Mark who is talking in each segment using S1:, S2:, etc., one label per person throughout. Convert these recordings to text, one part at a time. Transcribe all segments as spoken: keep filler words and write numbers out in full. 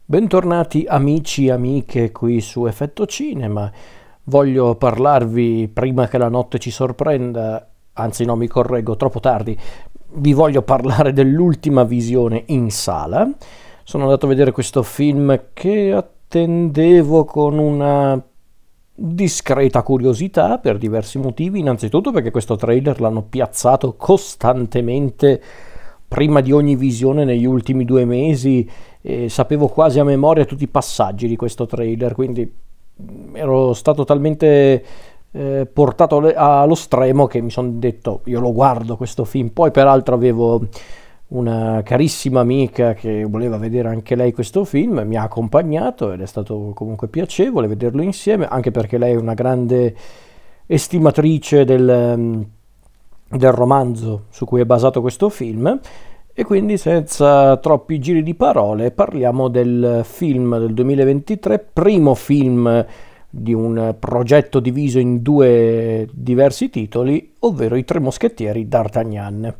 S1: Bentornati amici e amiche qui su Effetto Cinema. Voglio parlarvi prima che la notte ci sorprenda, anzi no, mi correggo, troppo tardi. Vi voglio parlare dell'ultima visione in sala. Sono andato a vedere questo film che attendevo con una discreta curiosità per diversi motivi. Innanzitutto perché questo trailer l'hanno piazzato costantemente prima di ogni visione negli ultimi due mesi e sapevo quasi a memoria tutti i passaggi di questo trailer, quindi ero stato talmente eh, portato alle- allo stremo che mi sono detto io lo guardo questo film. Poi peraltro avevo una carissima amica che voleva vedere anche lei questo film, mi ha accompagnato ed è stato comunque piacevole vederlo insieme, anche perché lei è una grande estimatrice del, del romanzo su cui è basato questo film. E quindi senza troppi giri di parole parliamo del film del duemilaventitré, primo film di un progetto diviso in due diversi titoli, ovvero I Tre Moschettieri d'Artagnan,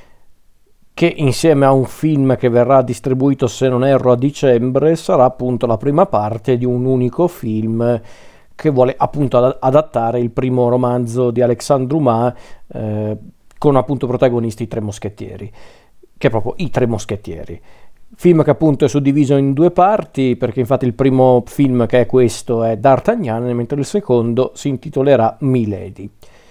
S1: che insieme a un film che verrà distribuito, se non erro, a dicembre, sarà appunto la prima parte di un unico film che vuole appunto ad- adattare il primo romanzo di Alexandre Dumas, eh, con appunto protagonisti i Tre Moschettieri, che è proprio I Tre Moschettieri. Film che appunto è suddiviso in due parti, perché infatti il primo film, che è questo, è D'Artagnan, mentre il secondo si intitolerà Milady.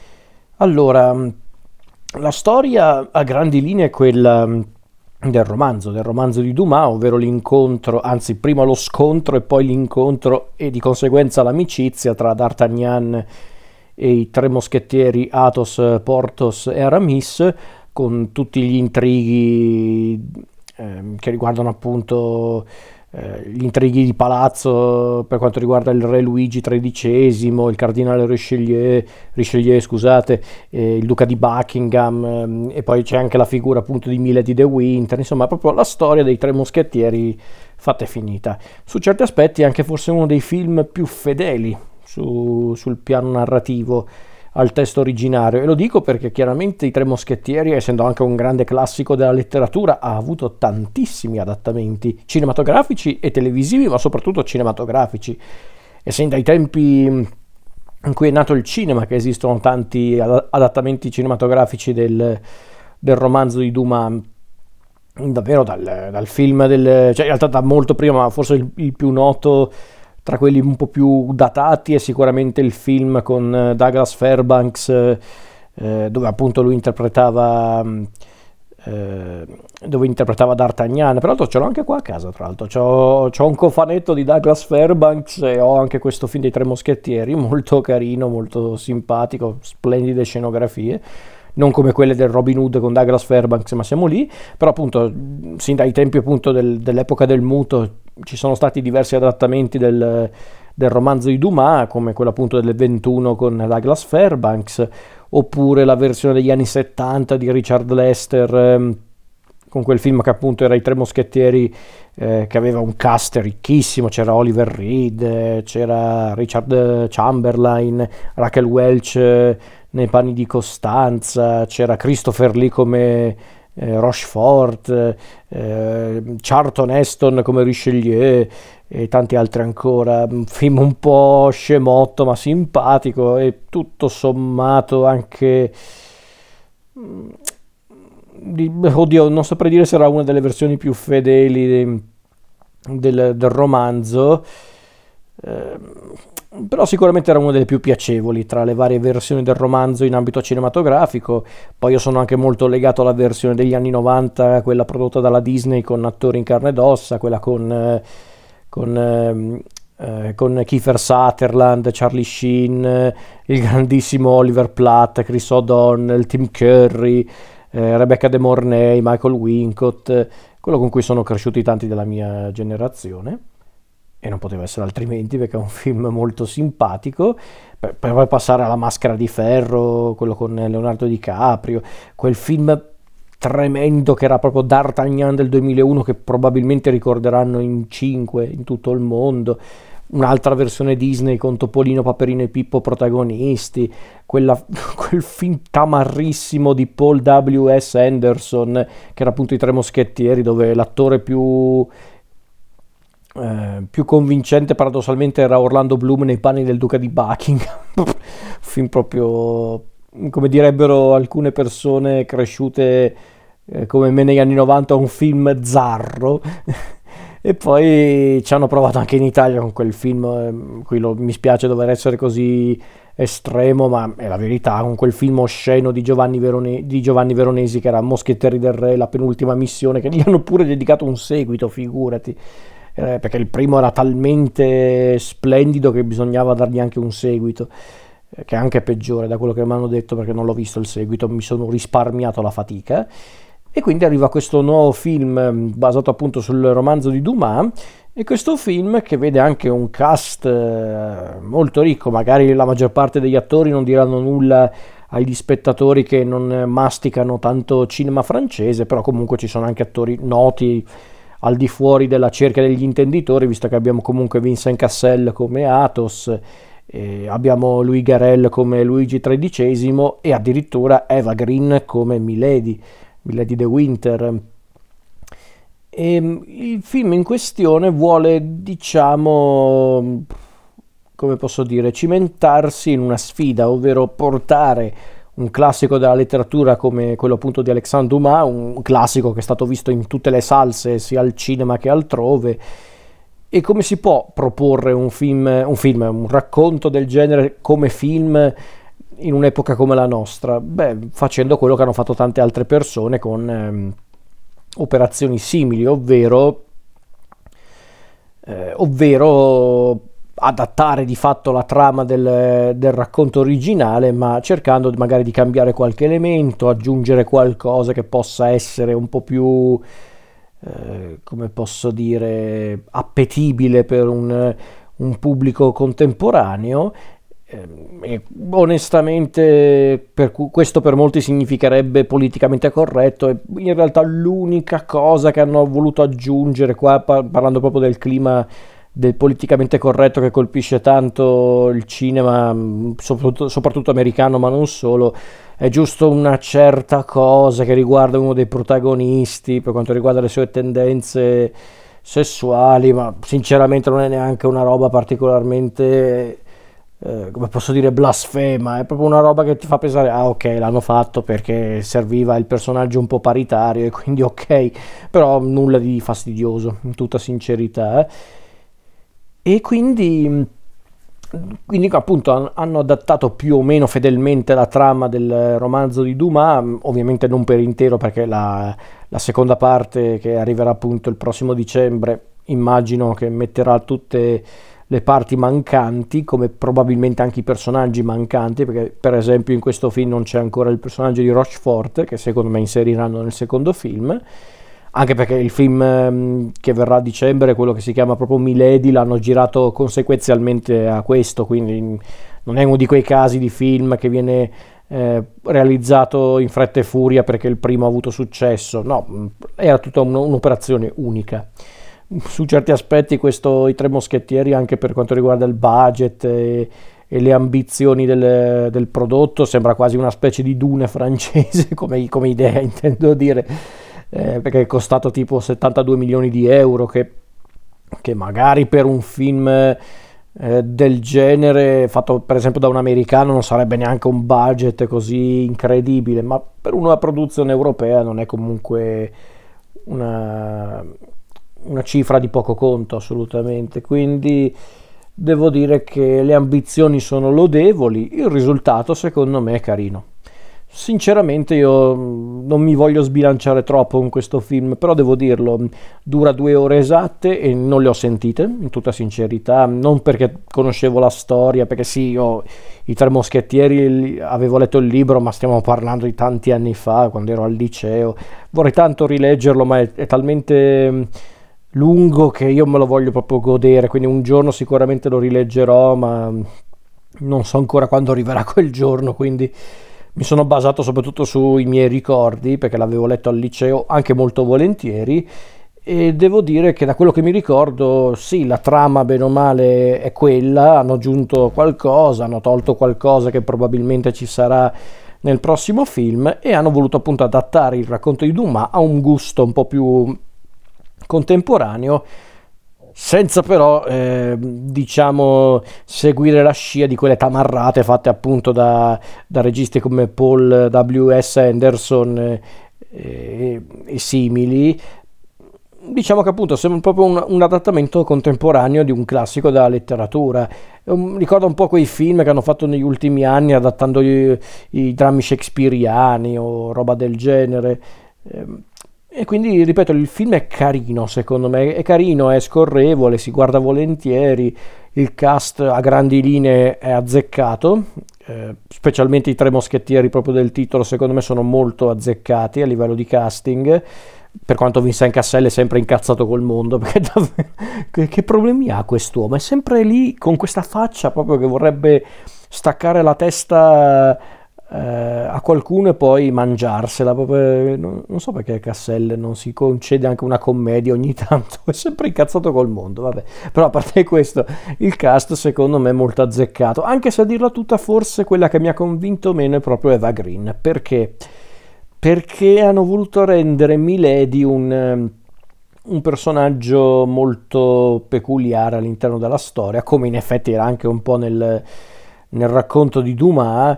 S1: Allora, la storia a grandi linee è quella del romanzo, del romanzo di Dumas, ovvero l'incontro, anzi prima lo scontro e poi l'incontro e di conseguenza l'amicizia tra D'Artagnan e i tre moschettieri Athos, Porthos e Aramis, con tutti gli intrighi ehm, che riguardano appunto eh, gli intrighi di palazzo per quanto riguarda il re Luigi tredicesimo, il cardinale Richelieu, Richelieu scusate, eh, il duca di Buckingham, ehm, e poi c'è anche la figura appunto di Milady de Winter, insomma proprio la storia dei tre moschettieri fatta e finita. Su certi aspetti è anche forse uno dei film più fedeli su- sul piano narrativo al testo originario, e lo dico perché chiaramente I Tre Moschettieri, essendo anche un grande classico della letteratura, ha avuto tantissimi adattamenti cinematografici e televisivi, ma soprattutto cinematografici. E sin dai tempi in cui è nato il cinema che esistono tanti ad- adattamenti cinematografici del, del romanzo di Dumas, davvero dal, dal film del, cioè in realtà da molto prima, ma forse il, il più noto tra quelli un po' più datati è sicuramente il film con eh, Douglas Fairbanks, eh, eh, dove appunto lui interpretava mh, eh, dove interpretava D'Artagnan. Peraltro ce l'ho anche qua a casa, tra l'altro c'ho, c'ho un cofanetto di Douglas Fairbanks e ho anche questo film dei Tre Moschettieri, molto carino, molto simpatico, splendide scenografie, non come quelle del Robin Hood con Douglas Fairbanks, ma siamo lì. Però appunto sin dai tempi appunto del- dell'epoca del muto ci sono stati diversi adattamenti del, del romanzo di Dumas, come quello appunto del ventuno con Douglas Fairbanks, oppure la versione degli anni settanta di Richard Lester, ehm, con quel film che appunto era I Tre Moschettieri, eh, che aveva un cast ricchissimo, c'era Oliver Reed, eh, c'era Richard Chamberlain, Raquel Welch eh, nei panni di Costanza, c'era Christopher Lee come eh, Rochefort, eh, Charlton Heston come Richelieu e tanti altri ancora. Un film un po' scemotto ma simpatico e tutto sommato anche mm, di- oddio, non saprei dire se era una delle versioni più fedeli de- del, del romanzo, ehm, però sicuramente era una delle più piacevoli tra le varie versioni del romanzo in ambito cinematografico. Poi io sono anche molto legato alla versione degli anni novanta, quella prodotta dalla Disney con attori in carne ed ossa, quella con, eh, con, ehm, eh, con Kiefer Sutherland, Charlie Sheen, eh, il grandissimo Oliver Platt, Chris O'Donnell, Tim Curry, eh, Rebecca De Mornay, Michael Wincott, eh, quello con cui sono cresciuti tanti della mia generazione. E non poteva essere altrimenti perché è un film molto simpatico. Per, per poi passare alla Maschera di Ferro, quello con Leonardo DiCaprio, quel film tremendo che era proprio D'Artagnan del duemilauno, che probabilmente ricorderanno in cinque in tutto il mondo. Un'altra versione Disney con Topolino, Paperino e Pippo protagonisti, quella- quel film tamarrissimo di Paul W S. Anderson, che era appunto I Tre Moschettieri, dove l'attore più Eh, più convincente paradossalmente era Orlando Bloom nei panni del duca di Buckingham. Un film proprio, come direbbero alcune persone cresciute eh, come me negli anni novanta, un film zarro. E poi ci hanno provato anche in Italia con quel film, eh, qui lo- mi spiace dover essere così estremo, ma è la verità, con quel film osceno di Giovanni, Verone- di Giovanni Veronesi che era Moschettieri del Re, la penultima missione, che gli hanno pure dedicato un seguito, figurati. Eh, perché il primo era talmente splendido che bisognava dargli anche un seguito, eh, che è anche peggiore da quello che mi hanno detto perché non l'ho visto il seguito, mi sono risparmiato la fatica. E quindi arriva questo nuovo film eh, basato appunto sul romanzo di Dumas, e questo film che vede anche un cast eh, molto ricco, magari la maggior parte degli attori non diranno nulla agli spettatori che non masticano tanto cinema francese, però comunque ci sono anche attori noti al di fuori della cerchia degli intenditori, visto che abbiamo comunque Vincent Cassel come Athos, eh, abbiamo Louis Garrel come Luigi tredicesimo e addirittura Eva Green come Milady, Milady de Winter. E il film in questione vuole, diciamo, come posso dire, cimentarsi in una sfida, ovvero portare un classico della letteratura come quello appunto di Alexandre Dumas, un classico che è stato visto in tutte le salse, sia al cinema che altrove. E come si può proporre un film, un film, un racconto del genere come film in un'epoca come la nostra? Beh, facendo quello che hanno fatto tante altre persone con ehm, operazioni simili, ovvero, eh, ovvero adattare di fatto la trama del, del racconto originale, ma cercando magari di cambiare qualche elemento, aggiungere qualcosa che possa essere un po' più, eh, come posso dire, appetibile per un, un pubblico contemporaneo. Ehm, E onestamente per cu- questo per molti significherebbe politicamente corretto, e in realtà l'unica cosa che hanno voluto aggiungere qua, par- parlando proprio del clima del politicamente corretto che colpisce tanto il cinema, mh, soprattutto, soprattutto americano, ma non solo, è giusto una certa cosa che riguarda uno dei protagonisti per quanto riguarda le sue tendenze sessuali, ma sinceramente non è neanche una roba particolarmente, eh, come posso dire, blasfema, è proprio una roba che ti fa pensare, ah ok, l'hanno fatto perché serviva il personaggio un po' paritario e quindi ok, però nulla di fastidioso, in tutta sincerità. eh. E quindi, quindi appunto han- hanno adattato più o meno fedelmente la trama del romanzo di Dumas, ovviamente non per intero perché la, la seconda parte che arriverà appunto il prossimo dicembre immagino che metterà tutte le parti mancanti, come probabilmente anche i personaggi mancanti, perché per esempio in questo film non c'è ancora il personaggio di Rochefort, che secondo me inseriranno nel secondo film, anche perché il film ehm, che verrà a dicembre, quello che si chiama proprio Milady, l'hanno girato conseguenzialmente a questo, quindi mm, non è uno di quei casi di film che viene eh, realizzato in fretta e furia perché il primo ha avuto successo, no, mm, era tutta un- un'operazione unica. Su certi aspetti questo I Tre Moschettieri, anche per quanto riguarda il budget e, e le ambizioni del, del prodotto, sembra quasi una specie di Dune francese come, come idea, intendo dire, eh, perché è costato tipo settantadue milioni di euro, che, che magari per un film eh, del genere, fatto per esempio da un americano, non sarebbe neanche un budget così incredibile, ma per una produzione europea non è comunque una, una cifra di poco conto assolutamente. Quindi devo dire che le ambizioni sono lodevoli, il risultato secondo me è carino. Sinceramente io mh, non mi voglio sbilanciare troppo con questo film, però devo dirlo, mh, dura due ore esatte e non le ho sentite, in tutta sincerità, non perché conoscevo la storia, perché sì, io i Tre Moschettieri li- avevo letto il libro, ma stiamo parlando di tanti anni fa, quando ero al liceo, vorrei tanto rileggerlo, ma è, è talmente mh, lungo che io me lo voglio proprio godere, quindi un giorno sicuramente lo rileggerò, ma mh, non so ancora quando arriverà quel giorno, quindi mi sono basato soprattutto sui miei ricordi, perché l'avevo letto al liceo anche molto volentieri, e devo dire che da quello che mi ricordo, sì, la trama bene o male è quella, hanno aggiunto qualcosa, hanno tolto qualcosa che probabilmente ci sarà nel prossimo film e hanno voluto appunto adattare il racconto di Dumas a un gusto un po' più contemporaneo, senza però, eh, diciamo, seguire la scia di quelle tamarrate fatte appunto da, da registi come Paul W S. Anderson eh, e, e simili. Diciamo che appunto sembra proprio un, un adattamento contemporaneo di un classico della letteratura. È un- ricorda un po' quei film che hanno fatto negli ultimi anni adattando i, i drammi shakespeariani o roba del genere. Ehm, E quindi, ripeto, il film è carino, secondo me, è carino, è scorrevole, si guarda volentieri, il cast a grandi linee è azzeccato, eh, specialmente i tre moschettieri proprio del titolo, secondo me sono molto azzeccati a livello di casting, per quanto Vincent Cassel è sempre incazzato col mondo, perché davvero, che, che problemi ha quest'uomo? È sempre lì con questa faccia proprio che vorrebbe staccare la testa eh, a qualcuno e poi mangiarsela. Proprio, non, non so perché Cassel non si concede anche una commedia ogni tanto, è sempre incazzato col mondo, vabbè. Però a parte questo, il cast secondo me è molto azzeccato, anche se a dirla tutta forse quella che mi ha convinto meno è proprio Eva Green. Perché? Perché hanno voluto rendere Milady un, ehm, un personaggio molto peculiare all'interno della storia, come in effetti era anche un po' nel, nel racconto di Dumas.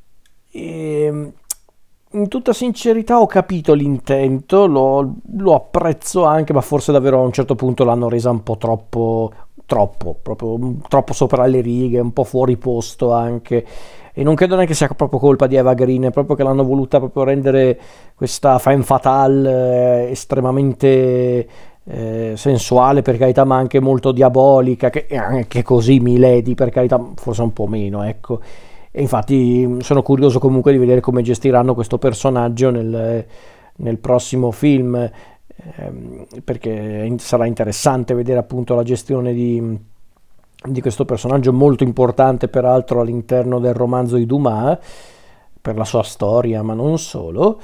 S1: E, in tutta sincerità ho capito l'intento, lo, lo apprezzo anche, ma forse davvero a un certo punto l'hanno resa un po' troppo, troppo, proprio mm, troppo sopra le righe, un po' fuori posto anche. E non credo neanche sia proprio colpa di Eva Green, è proprio che l'hanno voluta proprio rendere questa femme fatale eh, estremamente eh, sensuale, per carità, ma anche molto diabolica, che è anche così Milady, per carità, forse un po' meno, ecco. E infatti sono curioso comunque di vedere come gestiranno questo personaggio nel, nel prossimo film, ehm, perché sarà interessante vedere appunto la gestione di, di questo personaggio molto importante peraltro all'interno del romanzo di Dumas, per la sua storia, ma non solo.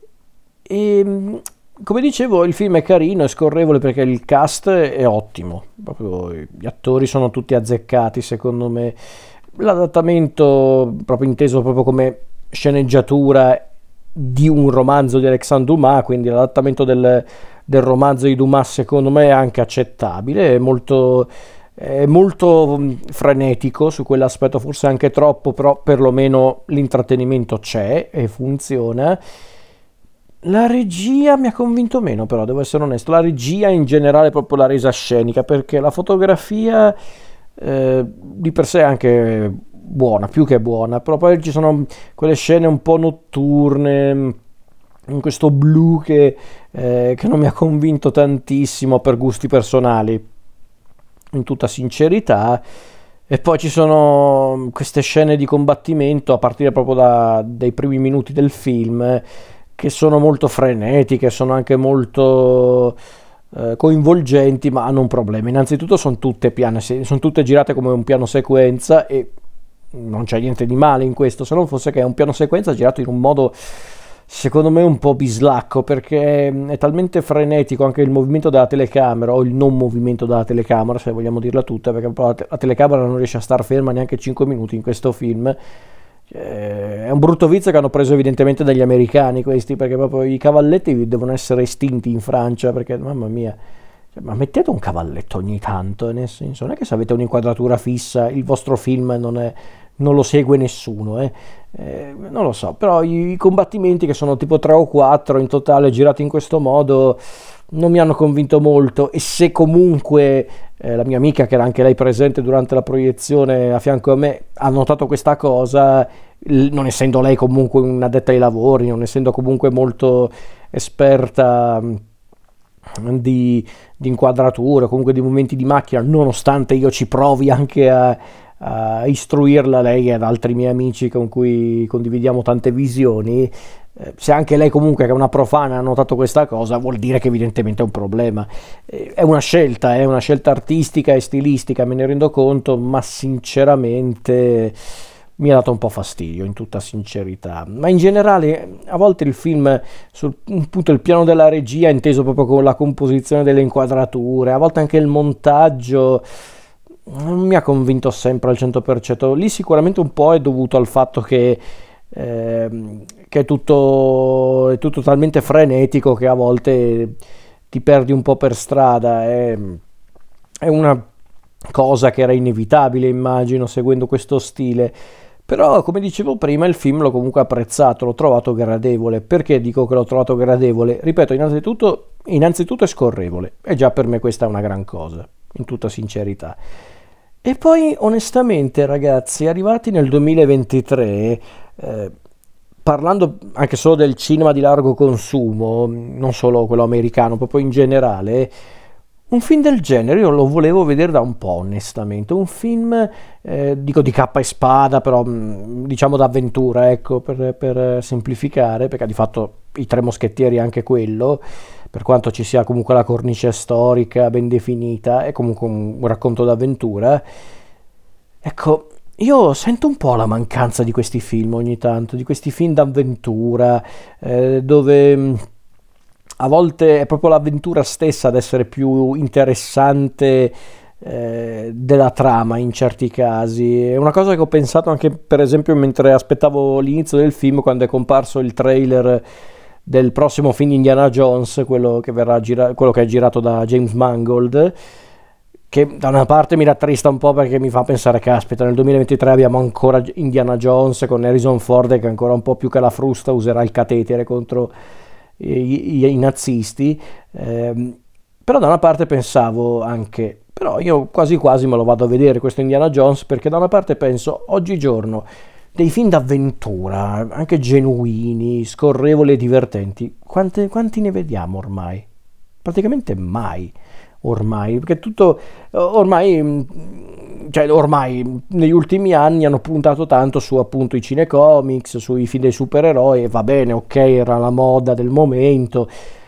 S1: E come dicevo, il film è carino, è scorrevole perché il cast è ottimo, proprio gli attori sono tutti azzeccati secondo me. L'adattamento, proprio inteso proprio come sceneggiatura di un romanzo di Alexandre Dumas, quindi l'adattamento del, del romanzo di Dumas secondo me è anche accettabile, è molto, è molto mm, frenetico su quell'aspetto, forse anche troppo, però perlomeno l'intrattenimento c'è e funziona. La regia mi ha convinto meno, però devo essere onesto. La regia in generale, proprio la resa scenica, perché la fotografia eh, di per sé è anche buona, più che buona, però poi ci sono quelle scene un po' notturne, in questo blu che, eh, che non mi ha convinto tantissimo per gusti personali, in tutta sincerità. E poi ci sono queste scene di combattimento a partire proprio da- dai primi minuti del film che sono molto frenetiche, sono anche molto eh, coinvolgenti, ma hanno un problema. Innanzitutto sono tutte piane, se- sono tutte girate come un piano sequenza e non c'è niente di male in questo, se non fosse che è un piano sequenza girato in un modo secondo me un po' bislacco, perché è talmente frenetico anche il movimento della telecamera o il non movimento della telecamera, se vogliamo dirla tutta, perché la, te- la telecamera non riesce a star ferma neanche cinque minuti in questo film. Eh, è un brutto vizio che hanno preso evidentemente dagli americani questi, perché proprio i cavalletti devono essere estinti in Francia, perché mamma mia, cioè, ma mettete un cavalletto ogni tanto, nel senso, non è che se avete un'inquadratura fissa il vostro film non, è, non lo segue nessuno, eh. Eh, non lo so, però i, i combattimenti che sono tipo tre o quattro in totale girati in questo modo non mi hanno convinto molto, e se comunque eh, la mia amica, che era anche lei presente durante la proiezione a fianco a me, ha notato questa cosa, l- non essendo lei comunque un'addetta ai lavori, non essendo comunque molto esperta mh, di, di inquadrature, comunque di movimenti di macchina, nonostante io ci provi anche a, a istruirla, lei ed altri miei amici con cui condividiamo tante visioni, eh, se anche lei comunque che è una profana ha notato questa cosa, vuol dire che evidentemente è un problema. Eh, è una scelta, è una scelta artistica e stilistica, me ne rendo conto, ma sinceramente mi ha dato un po' fastidio, in tutta sincerità. Ma in generale, a volte il film, sul appunto il piano della regia, inteso proprio con la composizione delle inquadrature, a volte anche il montaggio, non mi ha convinto sempre al cento per cento. Lì sicuramente un po' è dovuto al fatto che, ehm, che è tutto, è tutto talmente frenetico che a volte ti perdi un po' per strada. È, è una cosa che era inevitabile, immagino, seguendo questo stile. Però, come dicevo prima, il film l'ho comunque apprezzato, l'ho trovato gradevole. Perché dico che l'ho trovato gradevole? Ripeto, innanzitutto, innanzitutto è scorrevole, e già per me questa è una gran cosa, in tutta sincerità. E poi, onestamente, ragazzi, arrivati nel duemilaventitré, eh, parlando anche solo del cinema di largo consumo, non solo quello americano, proprio in generale, un film del genere io lo volevo vedere da un po', onestamente. Un film, eh, dico di cappa e spada, però mh, diciamo d'avventura, ecco, per, per semplificare, perché di fatto i Tre Moschettieri è anche quello, per quanto ci sia comunque la cornice storica ben definita, è comunque un, un racconto d'avventura. Ecco, io sento un po' la mancanza di questi film ogni tanto, di questi film d'avventura, eh, dove mh, a volte è proprio l'avventura stessa ad essere più interessante eh, della trama in certi casi. È una cosa che ho pensato anche per esempio mentre aspettavo l'inizio del film, quando è comparso il trailer del prossimo film di Indiana Jones, quello che verrà gira- quello che è girato da James Mangold, che da una parte mi rattrista un po' perché mi fa pensare, caspita, nel duemilaventitré abbiamo ancora Indiana Jones con Harrison Ford che ancora un po' più che la frusta userà il catetere contro i, i- i nazisti. Ehm, però da una parte pensavo anche, però io quasi quasi me lo vado a vedere questo Indiana Jones, perché da una parte penso, oggigiorno, dei film d'avventura, anche genuini, scorrevoli e divertenti, quante- quanti ne vediamo ormai? Praticamente mai, ormai, perché tutto, ormai, mh, cioè ormai negli ultimi anni hanno puntato tanto su appunto i cinecomics, sui film dei supereroi, e va bene, ok, era la moda del momento,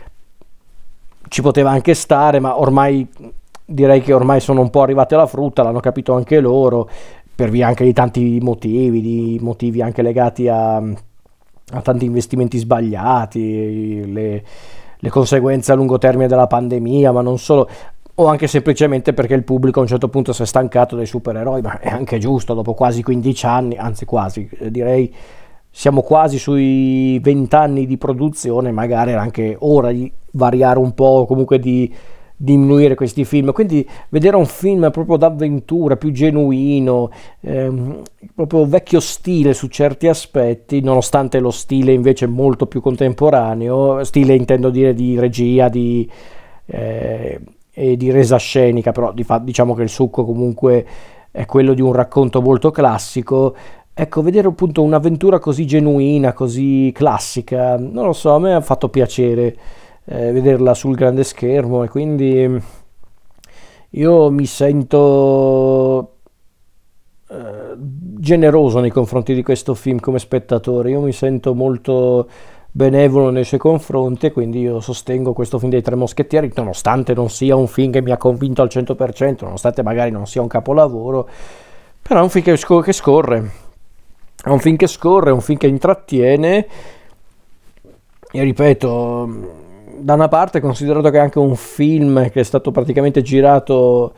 S1: ci poteva anche stare, ma ormai direi che ormai sono un po' arrivati alla frutta, l'hanno capito anche loro, per via anche di tanti motivi, di motivi anche legati a, a tanti investimenti sbagliati, le, le conseguenze a lungo termine della pandemia, ma non solo, o anche semplicemente perché il pubblico a un certo punto si è stancato dei supereroi, ma è anche giusto, dopo quasi quindici anni, anzi quasi, eh, direi siamo quasi sui venti anni di produzione, magari era anche ora di variare un po', comunque di diminuire questi film, quindi vedere un film proprio d'avventura, più genuino, ehm, proprio vecchio stile su certi aspetti, nonostante lo stile invece molto più contemporaneo, stile intendo dire di regia, di, eh, e di resa scenica, però di fa- diciamo che il succo comunque è quello di un racconto molto classico. Ecco, vedere appunto un'avventura così genuina, così classica, non lo so, a me ha fatto piacere eh, vederla sul grande schermo, e quindi io mi sento eh, generoso nei confronti di questo film come spettatore, io mi sento molto benevolo nei suoi confronti, e quindi io sostengo questo film dei Tre Moschettieri, nonostante non sia un film che mi ha convinto al cento per cento, nonostante magari non sia un capolavoro, però è un film che, sco- che scorre, è un film che scorre, è un film che intrattiene. Io ripeto, da una parte, considerato che è anche un film che è stato praticamente girato,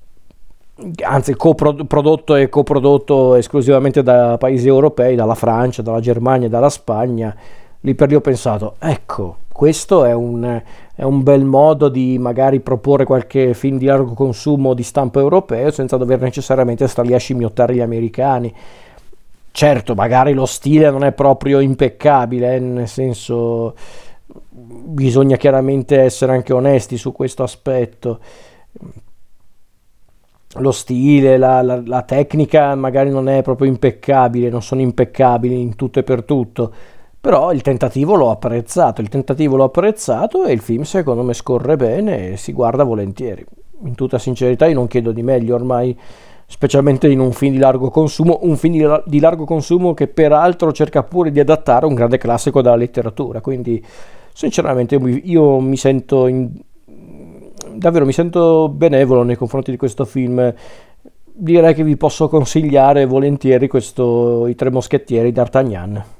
S1: anzi coprodotto e coprodotto esclusivamente da paesi europei, dalla Francia, dalla Germania e dalla Spagna, lì per lì ho pensato, ecco, questo è un, è un bel modo di magari proporre qualche film di largo consumo di stampo europeo senza dover necessariamente stare lì a scimmiottare gli americani. Certo, magari lo stile non è proprio impeccabile, eh, nel senso bisogna chiaramente essere anche onesti su questo aspetto. Lo stile, la, la- la tecnica magari non è proprio impeccabile, non sono impeccabili in tutto e per tutto, però il tentativo l'ho apprezzato, il tentativo l'ho apprezzato, e il film secondo me scorre bene e si guarda volentieri. In tutta sincerità io non chiedo di meglio ormai, specialmente in un film di largo consumo, un film di, la- di largo consumo che peraltro cerca pure di adattare un grande classico della letteratura, quindi sinceramente io mi, io mi sento in- davvero mi sento benevolo nei confronti di questo film. Direi che vi posso consigliare volentieri questo I Tre Moschettieri d'Artagnan.